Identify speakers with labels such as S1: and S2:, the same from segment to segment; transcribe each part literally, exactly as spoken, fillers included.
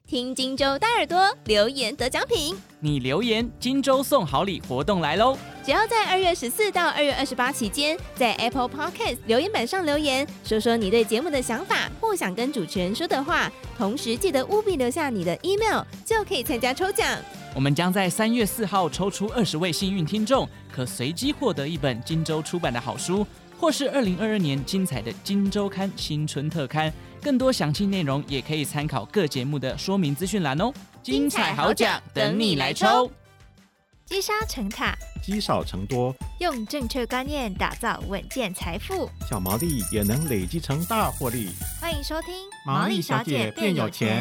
S1: 听金州大耳朵留言得奖品，
S2: 你留言金州送好礼活动来咯！
S1: 只要在二月十四到二月二十八期间，在 Apple Podcast 留言板上留言，说说你对节目的想法或想跟主持人说的话，同时记得务必留下你的 email， 就可以参加抽奖。
S2: 我们将在三月四号抽出二十位幸运听众，可随机获得一本金州出版的好书，或是二零二二年精彩的金周刊新春特刊。更多详细内容也可以参考各节目的说明资讯栏哦。
S1: 精彩好奖等你来抽！
S3: 积沙成塔，
S4: 积少成多，
S3: 用正确观念打造稳健财富，
S4: 小毛利也能累积成大获利。
S3: 欢迎收听
S4: 毛利小姐变有钱。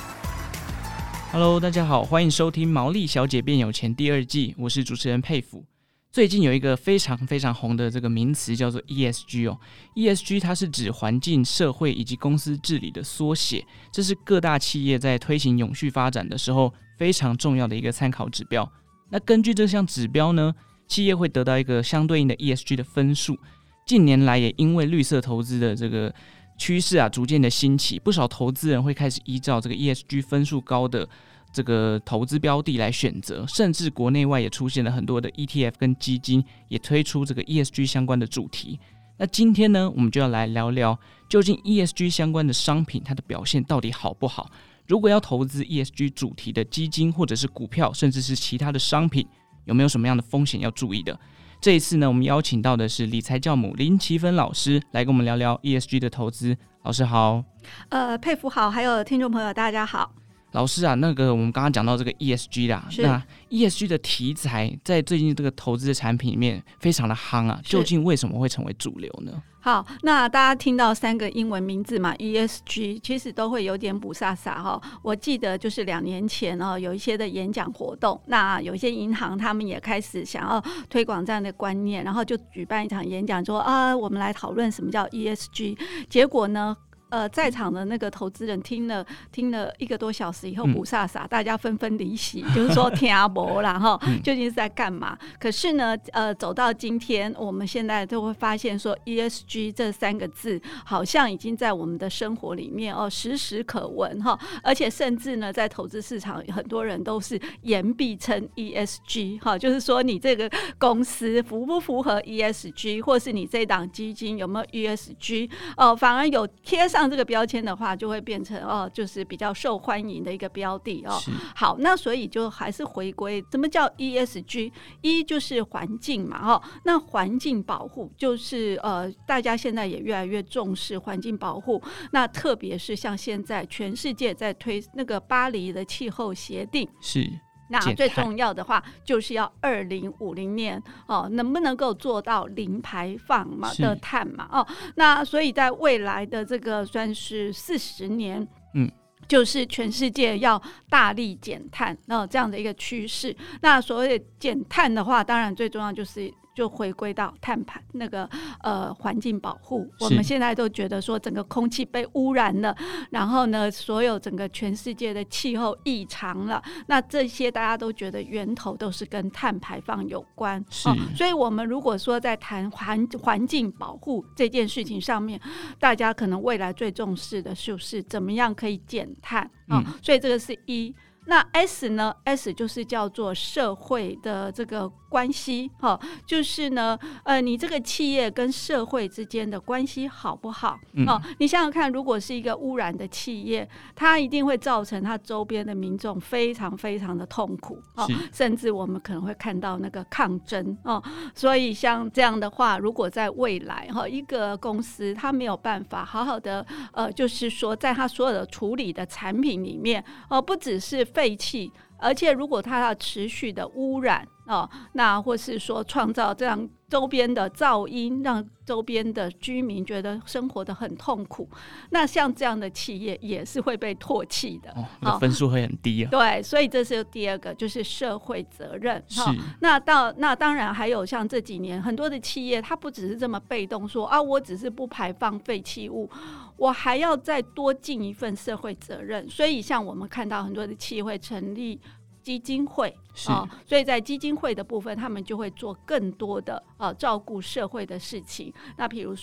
S2: Hello， 大家好，欢迎收听《毛利小姐变有钱》第二季，我是主持人佩服。最近有一个非常非常红的这个名词叫做 E S G 哦 ，E S G 它是指环境、社会以及公司治理的缩写，这是各大企业在推行永续发展的时候非常重要的一个参考指标。那根据这项指标呢，企业会得到一个相对应的 E S G 的分数。近年来也因为绿色投资的这个趋势啊，逐渐的兴起，不少投资人会开始依照这个 E S G 分数高的这个投资标的来选择，甚至国内外也出现了很多的 E T F 跟基金也推出这个 E S G 相关的主题。那今天呢，我们就要来聊聊究竟 E S G 相关的商品它的表现到底好不好。如果要投资 E S G 主题的基金或者是股票，甚至是其他的商品，有没有什么样的风险要注意的？这一次呢，我们邀请到的是理财教母林奇芬老师来跟我们聊聊 E S G 的投资。老师好。
S5: 呃，佩服好，还有听众朋友大家好。
S2: 老师啊，那个我们刚刚讲到这个 E S G 啦，那 E S G 的题材在最近这个投资的产品里面非常的夯啊，究竟为什么会成为主流呢？
S5: 好，那大家听到三个英文名字嘛 ，E S G， 其实都会有点不飒飒哈。我记得就是两年前哦，有一些的演讲活动，那有一些银行他们也开始想要推广这样的观念，然后就举办一场演讲说啊，我们来讨论什么叫 E S G。结果呢？呃，在场的那个投资人听了听了一个多小时以后不飒飒、嗯、大家纷纷离席，就是说听不啦哈，究竟是在干嘛？可是呢，呃，走到今天，我们现在就会发现说 ，E S G 这三个字好像已经在我们的生活里面哦，时时可闻哈，而且甚至呢，在投资市场，很多人都是言必称 E S G 哈，就是说你这个公司符不符合 E S G， 或是你这档基金有没有 E S G 哦，反而有贴上这个标签的话，就会变成哦，就是比较受欢迎的一个标的哦。好，那所以就还是回归，什么叫 E S G？E 就是环境嘛，哦，那环境保护就是呃，大家现在也越来越重视环境保护。那特别是像现在全世界在推那个巴黎的气候协定，
S2: 是。
S5: 那最重要的话就是要二零五零年哦，能不能够做到零排放嘛的碳嘛哦，那所以在未来的这个算是四十年，嗯。就是全世界要大力减碳，那这样的一个趋势。那所谓减碳的话，当然最重要就是就回归到碳排那个呃环境保护。我们现在都觉得说整个空气被污染了，然后呢，所有整个全世界的气候异常了，那这些大家都觉得源头都是跟碳排放有关。
S2: 是，
S5: 哦，所以我们如果说在谈环环境保护这件事情上面，大家可能未来最重视的就是怎么样可以减碳。哦，嗯，所以这个是一。那 S 呢 ？S 就是叫做社会的这个关系，哦，就是呢，呃，你这个企业跟社会之间的关系好不好？嗯，哦，你想想看，如果是一个污染的企业，它一定会造成它周边的民众非常非常的痛苦，哦，甚至我们可能会看到那个抗争哦。所以像这样的话，如果在未来哈，哦，一个公司它没有办法好好的，呃，就是说在它所有的处理的产品里面，哦，不只是废气，而且如果它要持续的污染哦，那或是说创造这样周边的噪音，让周边的居民觉得生活的很痛苦，那像这样的企业也是会被唾弃的，
S2: 哦，那分数会很低啊。
S5: 对，所以这是第二个，就是社会责任。
S2: 是，
S5: 哦，那到那当然还有像这几年很多的企业，它不只是这么被动说啊，我只是不排放废弃物，我还要再多尽一份社会责任。所以像我们看到很多的企业会成立基金会，哦，所以在基金会的部分他们就会做更多的，呃、照顾社会的事情。那比如说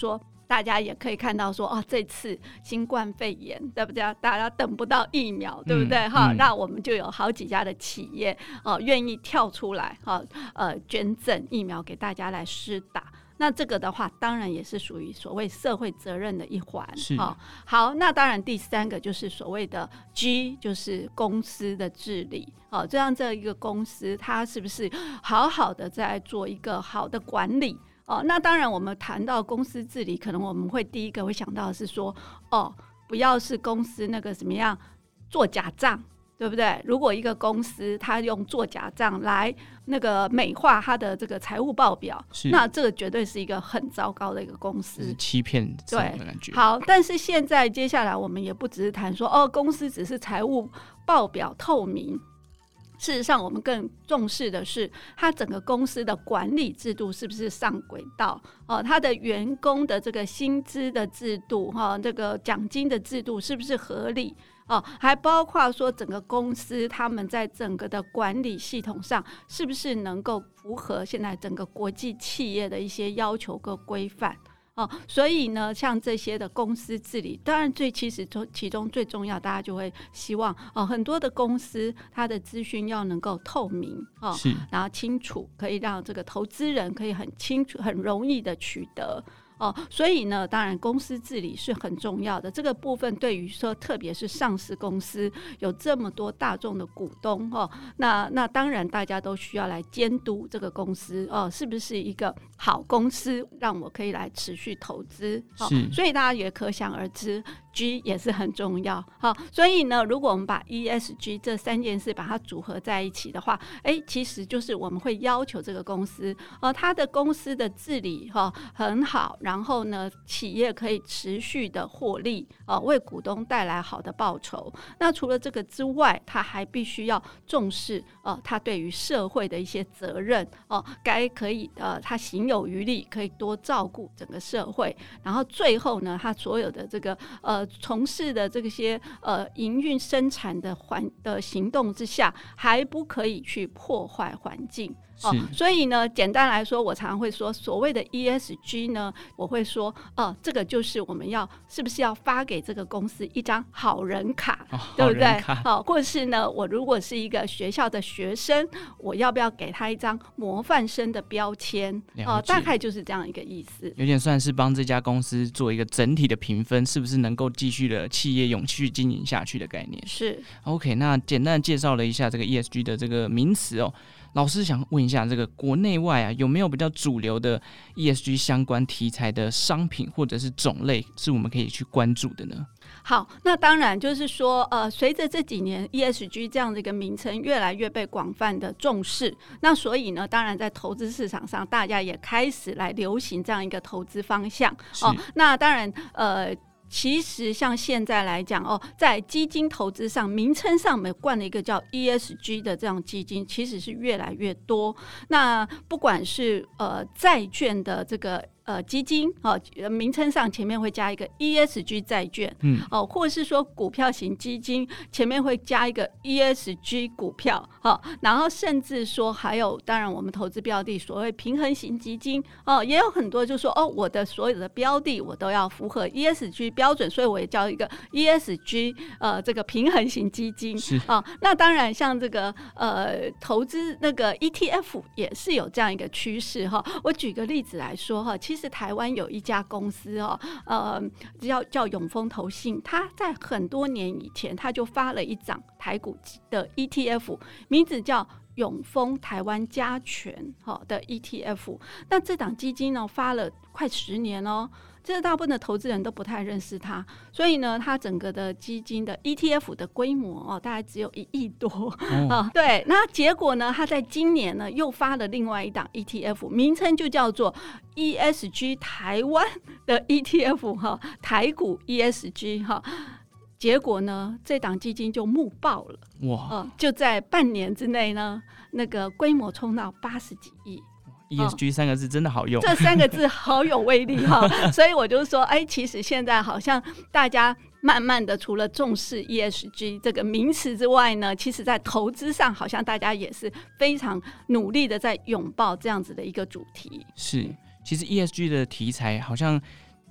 S5: 大家也可以看到说，哦，这次新冠肺炎，对不对？大家等不到疫苗，对不对？哈、嗯嗯，那我们就有好几家的企业哦，愿意跳出来哈，呃，捐赠疫苗给大家来施打。那这个的话，当然也是属于所谓社会责任的一环。
S2: 是、
S5: 哦、好，那当然第三个就是所谓的 G， 就是公司的治理。哦，这样这一个公司，它是不是好好的在做一个好的管理？哦，那当然，我们谈到公司治理，可能我们会第一个会想到的是说，哦，不要是公司那个怎么样做假账，对不对？如果一个公司它用做假账来那个美化它的这个财务报表，那这个绝对是一个很糟糕的一个公司，
S2: 就是欺骗的感觉。
S5: 好，但是现在接下来我们也不只是谈说，哦，公司只是财务报表透明。事实上我们更重视的是它整个公司的管理制度是不是上轨道、哦、它的员工的这个薪资的制度、哦、这个奖金的制度是不是合理、哦、还包括说整个公司他们在整个的管理系统上是不是能够符合现在整个国际企业的一些要求跟规范。哦，所以呢，像这些的公司治理，当然最其实其中最重要，大家就会希望哦，很多的公司它的资讯要能够透明哦，然后清楚，可以让这个投资人可以很清楚、很容易的取得。哦，所以呢，当然公司治理是很重要的。这个部分对于说，特别是上市公司有这么多大众的股东哦，那那当然大家都需要来监督这个公司哦，是不是一个好公司，让我可以来持续投资。哦，所以大家也可想而知 ，G 也是很重要。好，哦，所以呢，如果我们把 E S G 这三件事把它组合在一起的话，哎，其实就是我们会要求这个公司，呃，它的公司的治理哈，哦，很好。然后呢，企业可以持续的获利，呃，为股东带来好的报酬。那除了这个之外，他还必须要重视，呃，他对于社会的一些责任，哦，呃，该可以，呃，他行有余力，可以多照顾整个社会。然后最后呢，他所有的这个，呃，从事的这些，呃，营运生产的环的行动之下，还不可以去破坏环境。哦，所以呢，简单来说，我常常会说，所谓的 E S G 呢，我会说，哦，这个就是我们要是不是要发给这个公司一张好人卡，哦，对不对？好，哦，或者是呢，我如果是一个学校的学生，我要不要给他一张模范生的标签？哦，大概就是这样一个意思。
S2: 有点算是帮这家公司做一个整体的评分，是不是能够继续的企业永续经营下去的概念？
S5: 是。
S2: OK， 那简单的介绍了一下这个 E S G 的这个名词哦。老师想问一下，这个国内外啊，有没有比较主流的 E S G 相关题材的商品或者是种类，是我们可以去关注的呢？
S5: 好，那当然就是说，呃，随着这几年 E S G 这样的一个名称越来越被广泛的重视，那所以呢，当然在投资市场上，大家也开始来流行这样一个投资方向哦。那当然，呃。其实像现在来讲哦，在基金投资上，名称上面冠了一个叫 E S G 的这样基金，其实是越来越多。那不管是呃债券的这个呃基金哦，名称上前面会加一个 E S G 债券，嗯，哦，或是说股票型基金前面会加一个 E S G 股票，哦，然后甚至说还有，当然我们投资标的所谓平衡型基金哦，也有很多就说哦，我的所有的标的我都要符合 E S G 标准，所以我也叫一个 E S G 呃这个平衡型基金啊，哦。那当然像这个呃投资那个 E T F 也是有这样一个趋势哈，哦。我举个例子来说哈，其实台湾有一家公司哦，呃叫叫永丰投信，它在很多年以前它就发了一张台股的 E T F， 名字叫永丰台湾加权的 E T F。 那这档基金呢发了快十年哦，这大部分的投资人都不太认识它，所以呢，它整个的基金的 E T F 的规模哦，大概只有一亿多，哦啊。对，那结果呢，它在今年呢又发了另外一档 E T F， 名称就叫做 E S G 台湾的 E T F 哈，台股 E S G 哈。结果呢，这档基金就募爆了，哇！呃、就在半年之内呢，那个规模冲到八十几亿。
S2: E S G 三个字真的好用，
S5: 这三个字好有威力哈，所以我就说，哎，其实现在好像大家慢慢的除了重视 E S G 这个名词之外呢，其实在投资上好像大家也是非常努力的在拥抱这样子的一个主题。
S2: 是，其实 E S G 的题材好像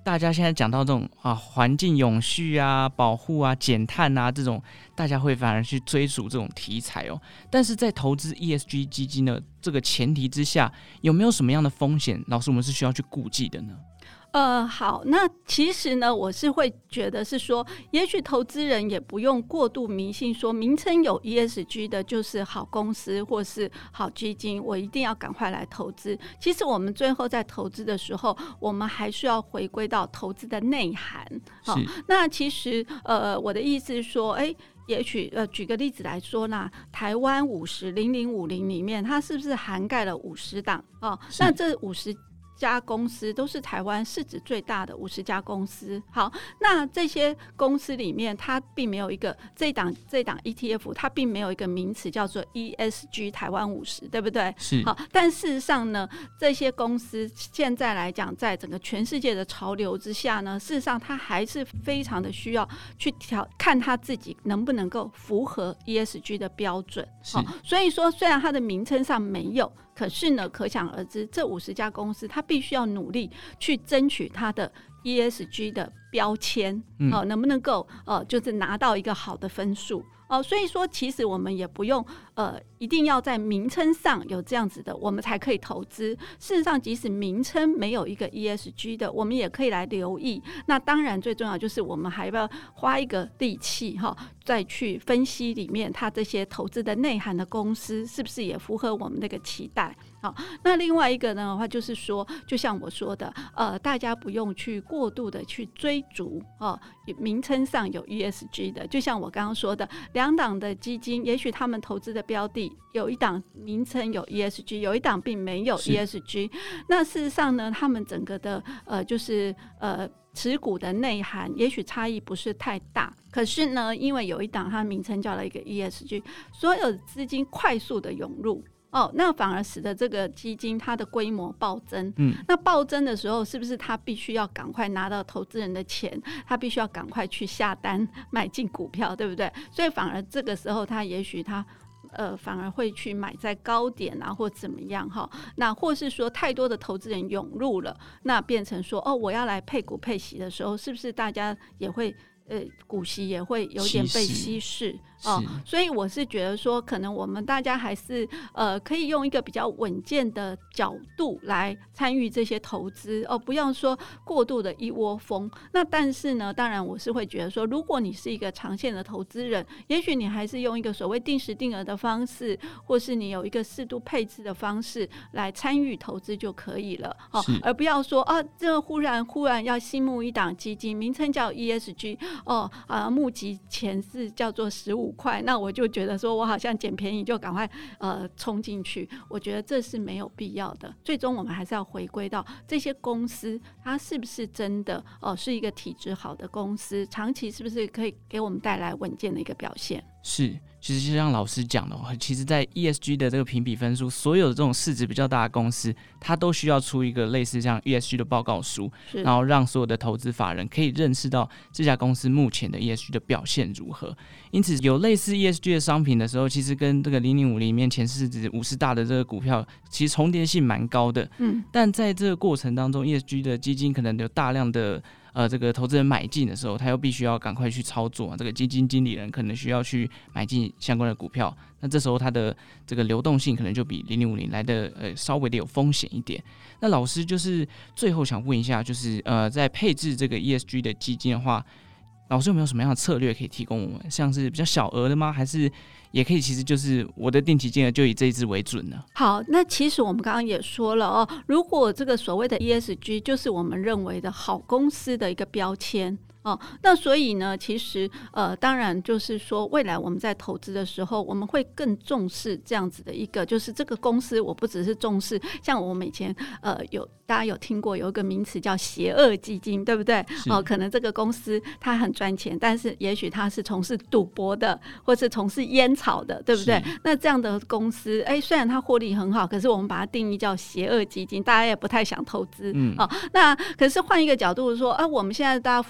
S2: 大家现在讲到这种啊环境永续啊、保护啊、减碳啊这种，大家会反而去追逐这种题材哦。但是在投资 E S G 基金的这个前提之下，有没有什么样的风险，老师我们是需要去顾忌的呢？
S5: 呃，好，那其实呢，我是会觉得是说，也许投资人也不用过度迷信，说名称有 E S G 的就是好公司或是好基金，我一定要赶快来投资。其实我们最后在投资的时候，我们还需要回归到投资的内涵。好，那其实呃，我的意思是说，哎。也许呃，举个例子来说呢，台湾五十零零五零里面，它是不是涵盖了五十档哦？那这五十家公司都是台湾市值最大的五十家公司。好，那这些公司里面，它并没有一个这一档这一档 E T F， 它并没有一个名词叫做 E S G 台湾五十，对不对？
S2: 是。
S5: 好，但事实上呢，这些公司现在来讲，在整个全世界的潮流之下呢，事实上它还是非常的需要去调看它自己能不能够符合 E S G 的标准。
S2: 是。
S5: 所以说，虽然它的名称上没有，可是呢，可想而知，这五十家公司它必须要努力去争取它的 E S G 的标签，嗯呃、能不能够呃，就是拿到一个好的分数。哦、呃，所以说其实我们也不用呃一定要在名称上有这样子的，我们才可以投资。事实上，即使名称没有一个 E S G 的，我们也可以来留意。那当然最重要就是我们还要花一个力气哈，再去分析里面它这些投资的内涵的公司是不是也符合我们那个期待。好，那另外一个呢的话，就是说，就像我说的，呃，大家不用去过度的去追逐哦，名称上有 E S G 的，就像我刚刚说的，两档的基金，也许他们投资的标的有一档名称有 E S G， 有一档并没有 E S G。那事实上呢，他们整个的呃，就是呃。持股的内涵也许差异不是太大，可是呢，因为有一档它的名称叫了一个 E S G， 所有的资金快速的涌入哦，那反而使得这个基金它的规模暴增。嗯，那暴增的时候，是不是它必须要赶快拿到投资人的钱？它必须要赶快去下单买进股票，对不对？所以反而这个时候，它也许它。呃，反而会去买在高点啊，或怎么样哈？那或是说太多的投资人涌入了，那变成说哦，我要来配股配息的时候，是不是大家也会呃股息也会有点被稀释哦？所以我是觉得说，可能我们大家还是呃可以用一个比较稳健的角度来参与这些投资哦，不要说过度的一窝蜂。那但是呢，当然我是会觉得说，如果你是一个长线的投资人，也许你还是用一个所谓定时定额的方式，或是你有一个适度配置的方式来参与投资就可以了哦，而不要说啊，这忽然忽然要新募一档基金，名称叫 E S G 哦啊，募集前是叫做十五块，那我就觉得说我好像捡便宜就赶快呃冲进去，我觉得这是没有必要的。最终我们还是要回归到这些公司，它是不是真的哦、呃、是一个体质好的公司，长期是不是可以给我们带来稳健的一个表现。
S2: 是，其实就像老师讲的，其实在 E S G 的这个评比分数，所有的这种市值比较大的公司，它都需要出一个类似像 E S G 的报告书，然后让所有的投资法人可以认识到这家公司目前的 E S G 的表现如何。因此有类似 E S G 的商品的时候，其实跟这个零零五零里面前市值五十大的这个股票其实重叠性蛮高的，嗯，但在这个过程当中 E S G 的基金可能有大量的呃，这个投资人买进的时候，他又必须要赶快去操作、啊、这个基金经理人可能需要去买进相关的股票，那这时候他的这个流动性可能就比零零五零来的呃稍微的有风险一点。那老师就是最后想问一下，就是呃，在配置这个 E S G 的基金的话，老师有没有什么样的策略可以提供我们？像是比较小额的吗？还是也可以其实就是我的定期金额就以这一支为准呢？
S5: 好，那其实我们刚刚也说了哦，如果这个所谓的 E S G 就是我们认为的好公司的一个标签哦，那所以呢，其实呃，当然就是说，未来我们在投资的时候，我们会更重视这样子的一个，就是这个公司，我不只是重视，像我们以前呃有大家有听过有一个名词叫邪恶基金，对不对？哦，可能这个公司它很赚钱，但是也许它是从事赌博的，或是从事烟草的，对不对？那这样的公司，哎，虽然它获利很好，可是我们把它定义叫邪恶基金，大家也不太想投资。嗯，哦，那可是换一个角度说，啊，我们现在大家符合 E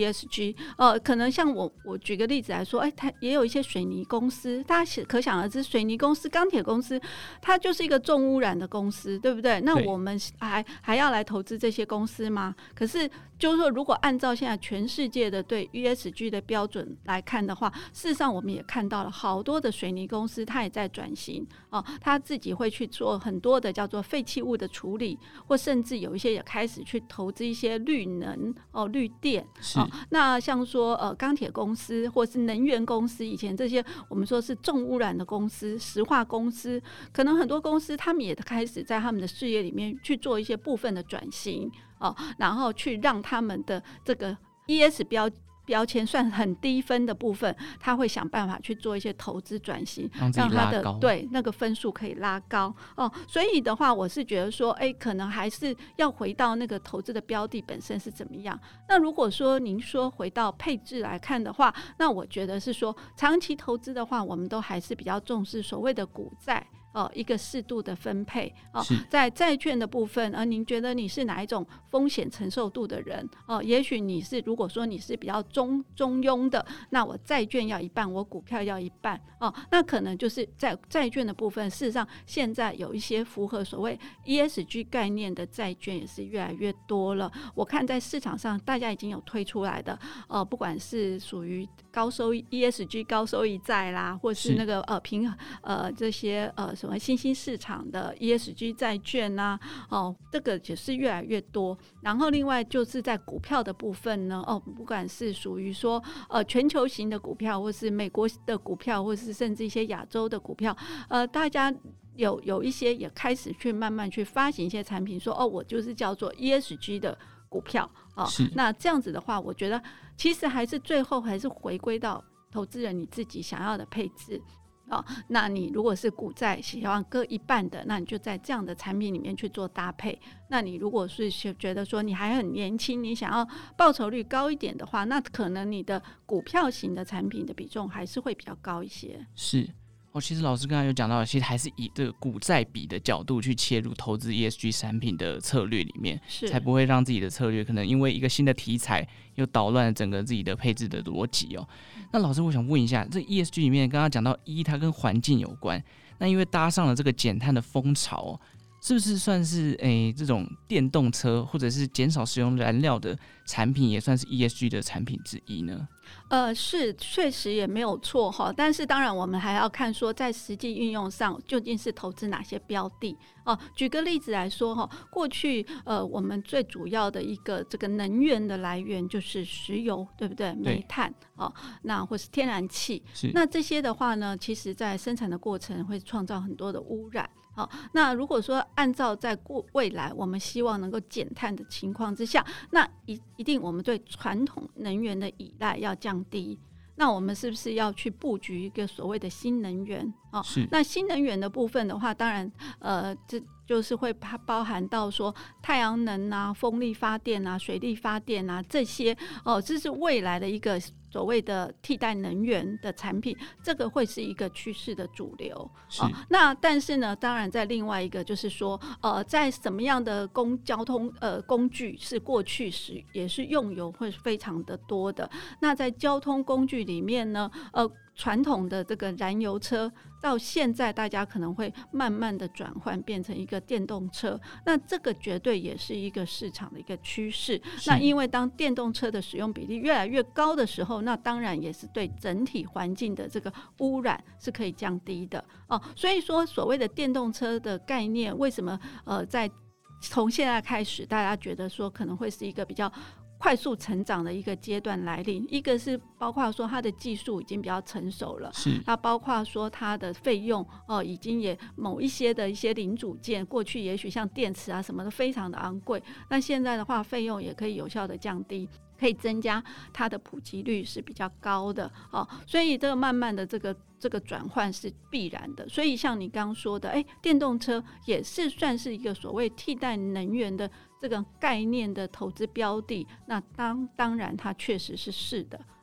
S5: S G， 呃，可能像我我举个例子来说，哎，它也有一些水泥公司，大家可想而知，水泥公司、钢铁公司，它就是一个重污染的公司，对不对？那我们还还要来投资这些公司吗？可是就是说，如果按照现在全世界的对 E S G 的标准来看的话，事实上我们也看到了好多的水泥公司，它也在转型哦，它自己会去做很多的叫做废弃物的处理，或甚至有一些也开始去投资一些绿能哦、绿电哦。那像说呃钢铁公司或是能源公司，以前这些我们说是重污染的公司、石化公司，可能很多公司他们也开始在他们的事业里面去做一些部分的转型哦，然后去让他们的这个 E S 标标签算很低分的部分，他会想办法去做一些投资转型，
S2: 让
S5: 他的对那个分数可以拉高哦。所以的话，我是觉得说，哎，可能还是要回到那个投资的标的本身是怎么样。那如果说您说回到配置来看的话，那我觉得是说长期投资的话，我们都还是比较重视所谓的股债。哦，一个适度的分配哦，在债券的部分，而、呃、您觉得你是哪一种风险承受度的人哦？也许你是，如果说你是比较中中庸的，那我债券要一半，我股票要一半哦，那可能就是在债券的部分，事实上现在有一些符合所谓 E S G 概念的债券也是越来越多了。我看在市场上大家已经有推出来的，呃，不管是属于高收益 E S G 高收益债啦，或是那个呃平呃这些呃。什么新兴市场的 E S G 债券啊，哦，这个也是越来越多。然后另外就是在股票的部分呢，哦，不管是属于说呃全球型的股票，或是美国的股票，或是甚至一些亚洲的股票，呃，大家有有一些也开始去慢慢去发行一些产品，说哦，我就是叫做 E S G 的股票哦。那这样子的话，我觉得其实还是最后还是回归到投资人你自己想要的配置。哦，那你如果是股债喜欢各一半的，那你就在这样的产品里面去做搭配。那你如果是觉得说你还很年轻，你想要报酬率高一点的话，那可能你的股票型的产品的比重还是会比较高一些。
S2: 是哦，其实老师刚才有讲到，其实还是以这个股债比的角度去切入投资 E S G 产品的策略里面，才不会让自己的策略可能因为一个新的题材又捣乱了整个自己的配置的逻辑哦。那老师，我想问一下，这 E S G 里面刚刚讲到一，它跟环境有关，那因为搭上了这个减碳的风潮哦，是不是算是诶这种电动车或者是减少使用燃料的产品也算是 E S G 的产品之一呢？
S5: 呃，是确实也没有错哈，但是当然我们还要看说在实际运用上究竟是投资哪些标的哦。举个例子来说哈，过去呃我们最主要的一个这个能源的来源就是石油，对不对？煤炭哦，那或是天然气，那这些的话呢，其实在生产的过程会创造很多的污染。好，那如果说按照在过未来我们希望能够减碳的情况之下，那一一定我们对传统能源的依赖要降低。那我们是不是要去布局一个所谓的新能源？哦，那新能源的部分的话，当然呃这就是会包含到说太阳能啊、风力发电啊、水力发电啊这些哦，这是未来的一个所谓的替代能源的产品，这个会是一个趋势的主流。哦，那但是呢，当然在另外一个就是说，呃，在什么样的公交通呃工具是过去时也是用油会非常的多的，那在交通工具里面呢，呃。传统的这个燃油车到现在大家可能会慢慢的转换变成一个电动车，那这个绝对也是一个市场的一个趋势。那因为当电动车的使用比例越来越高的时候，那当然也是对整体环境的这个污染是可以降低的哦。所以说所谓的电动车的概念，为什么呃在从现在开始大家觉得说可能会是一个比较快速成长的一个阶段来临？一个是包括说它的技术已经比较成熟了，是它包括说它的费用哦，已经也某一些的一些零组件，过去也许像电池啊什么的非常的昂贵，那现在的话费用也可以有效的降低，可以增加它的普及率是比较高的哦，所以这个慢慢的这个这个转换是必然的。所以像你刚刚说的，哎，电动车也是算是一个所谓替代能源的这个概念的投资标的，那当当然它确实是是的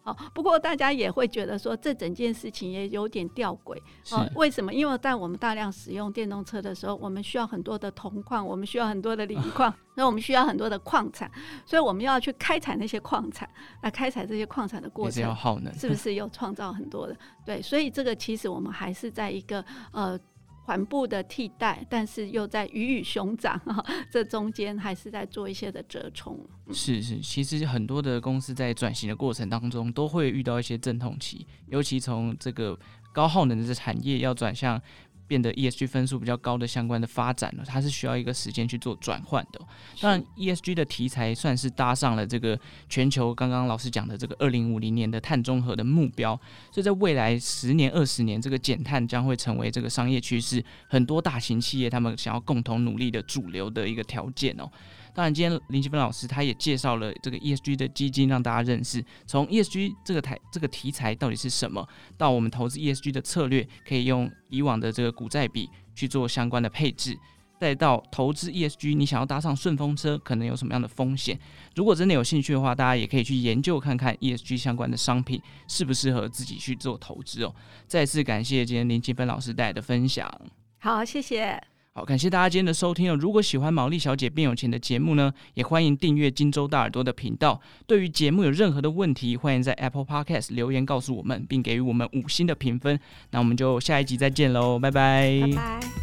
S5: 哦，不过大家也会觉得说，这整件事情也有点吊诡哦。为什么？因为在我们大量使用电动车的时候，我们需要很多的铜矿，我们需要很多的锂矿，那我们需要很多的矿产，所以我们要去开采那些矿产，来开采这些矿产的过程，
S2: 也是要耗能，
S5: 是不是又创造很多的？对，所以这个其实我们还是在一个呃。缓步的替代，但是又在鱼与熊掌、哦、这中间还是在做一些的折冲。
S2: 是是，其实很多的公司在转型的过程当中都会遇到一些阵痛期，尤其从这个高耗能的产业要转向变得 E S G 分数比较高的相关的发展了，它是需要一个时间去做转换的。当然 E S G 的题材算是搭上了这个全球刚刚老师讲的这个二零五零年的碳中和的目标，所以在未来十年二十年，这个减碳将会成为这个商业趋势，很多大型企业他们想要共同努力的主流的一个条件哦。当然，今天林奇芬老师他也介绍了这个 E S G 的基金，让大家认识从 E S G 这个台这个题材到底是什么，到我们投资 E S G 的策略可以用以往的这个股债比去做相关的配置，再到投资 E S G， 你想要搭上顺风车，可能有什么样的风险？如果真的有兴趣的话，大家也可以去研究看看 E S G 相关的商品适不适合自己去做投资哦。再次感谢今天林奇芬老师带来的分享。
S5: 好，谢谢。
S2: 好，感谢大家今天的收听哦。如果喜欢毛利小姐变有钱的节目呢，也欢迎订阅金州大耳朵的频道。对于节目有任何的问题，欢迎在 Apple Podcast 留言告诉我们，并给予我们五星的评分。那我们就下一集再见喽，拜拜。
S5: 拜拜。